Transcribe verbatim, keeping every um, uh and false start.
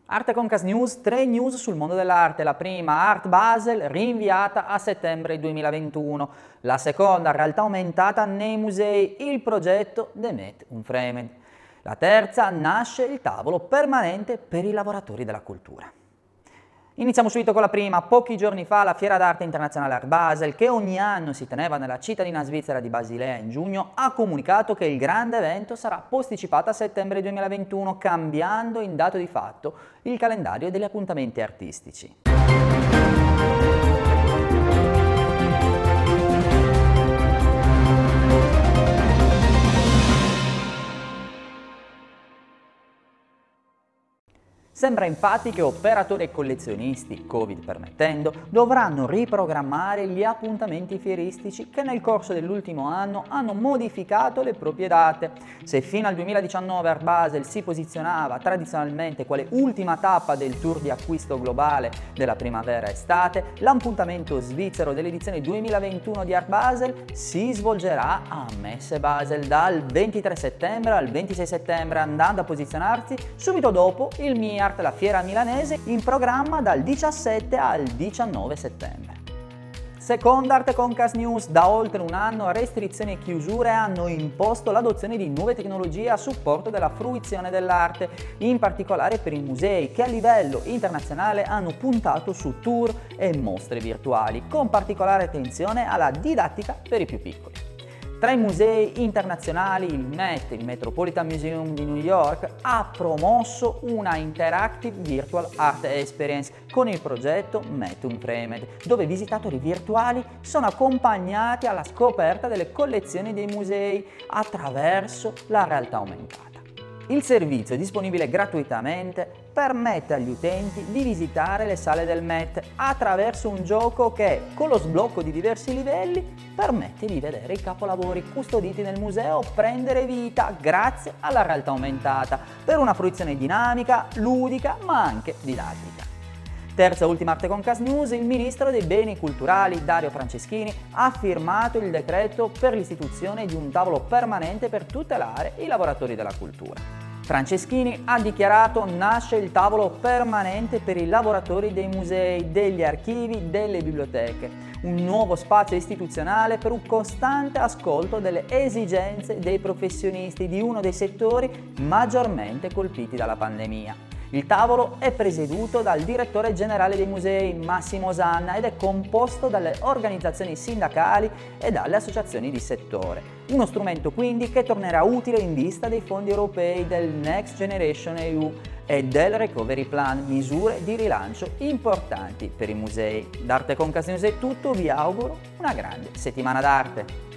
Arte Concast News, tre news sul mondo dell'arte. La prima, Art Basel, rinviata a settembre duemilaventuno. La seconda, realtà aumentata nei musei, il progetto The Met Unframed. La terza, nasce il tavolo permanente per i lavoratori della cultura. Iniziamo subito con la prima. Pochi giorni fa la Fiera d'Arte Internazionale Art Basel, che ogni anno si teneva nella cittadina svizzera di Basilea in giugno, ha comunicato che il grande evento sarà posticipato a settembre duemilaventuno, cambiando in dato di fatto il calendario degli appuntamenti artistici. Sembra infatti che operatori e collezionisti, Covid permettendo, dovranno riprogrammare gli appuntamenti fieristici che nel corso dell'ultimo anno hanno modificato le proprie date. Se fino al duemiladiciannove Art Basel si posizionava tradizionalmente quale ultima tappa del tour di acquisto globale della primavera-estate, l'appuntamento svizzero dell'edizione duemilaventuno di Art Basel si svolgerà a Messe Basel dal ventitré settembre al ventisei settembre, andando a posizionarsi subito dopo il MIART, la fiera milanese, in programma dal diciassette al diciannove settembre. Seconda Arte Concast News, da oltre un anno restrizioni e chiusure hanno imposto l'adozione di nuove tecnologie a supporto della fruizione dell'arte, in particolare per i musei che a livello internazionale hanno puntato su tour e mostre virtuali, con particolare attenzione alla didattica per i più piccoli. Tra i musei internazionali, il Met, il Metropolitan Museum di New York, ha promosso una Interactive Virtual Art Experience con il progetto Met Unframed, dove i visitatori virtuali sono accompagnati alla scoperta delle collezioni dei musei attraverso la realtà aumentata. Il servizio, disponibile gratuitamente, permette agli utenti di visitare le sale del Met attraverso un gioco che, con lo sblocco di diversi livelli, permette di vedere i capolavori custoditi nel museo prendere vita grazie alla realtà aumentata, per una fruizione dinamica, ludica, ma anche didattica. Terza e ultima Arte Concast News, il ministro dei beni culturali Dario Franceschini ha firmato il decreto per l'istituzione di un tavolo permanente per tutelare i lavoratori della cultura. Franceschini ha dichiarato: nasce il tavolo permanente per i lavoratori dei musei, degli archivi, delle biblioteche, un nuovo spazio istituzionale per un costante ascolto delle esigenze dei professionisti di uno dei settori maggiormente colpiti dalla pandemia. Il tavolo è presieduto dal direttore generale dei musei Massimo Osanna ed è composto dalle organizzazioni sindacali e dalle associazioni di settore. Uno strumento quindi che tornerà utile in vista dei fondi europei del Next Generation E U e del Recovery Plan, misure di rilancio importanti per i musei. Da Arte Concast News è tutto, vi auguro una grande settimana d'arte.